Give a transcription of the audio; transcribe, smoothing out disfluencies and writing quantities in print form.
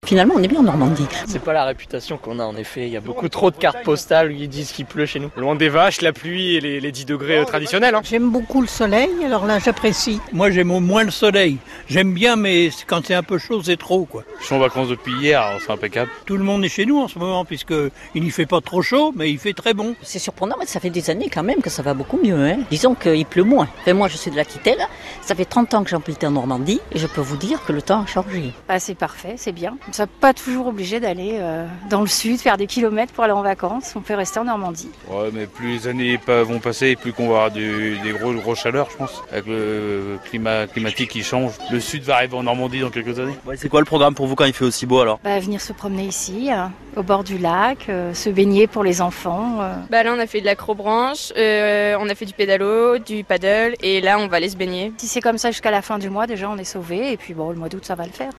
Finalement, on est bien en Normandie. C'est pas la réputation qu'on a en effet, il y a beaucoup trop de cartes postales où ils disent qu'il pleut chez nous. Loin des vaches, la pluie et les 10 degrés traditionnels. J'aime beaucoup le soleil, alors là j'apprécie. Moi j'aime au moins le soleil. J'aime bien, mais quand c'est un peu chaud, c'est trop, quoi. Je suis en vacances depuis hier, alors c'est impeccable. Tout le monde est chez nous en ce moment, puisqu'il n'y fait pas trop chaud, mais il fait très bon. C'est surprenant, mais ça fait des années quand même que ça va beaucoup mieux. Hein. Disons qu'il pleut moins. Enfin, moi, je suis de l'Aquitaine. Ça fait 30 ans que j'habite en Normandie et je peux vous dire que le temps a changé. C'est parfait, c'est bien. On n'est pas toujours obligé d'aller dans le sud, faire des kilomètres pour aller en vacances. On peut rester en Normandie. Ouais, mais plus les années vont passer, plus qu'on va avoir des grosses chaleurs, je pense. Avec le climat climatique qui change. Le sud va arriver en Normandie dans quelques années. Ouais, c'est quoi le programme pour vous quand il fait aussi beau alors ? Venir se promener ici, au bord du lac, se baigner pour les enfants. Là, on a fait de l'acrobranche, on a fait du pédalo, du paddle, et là, on va aller se baigner. Si c'est comme ça jusqu'à la fin du mois, déjà, on est sauvés. Et puis le mois d'août, ça va le faire.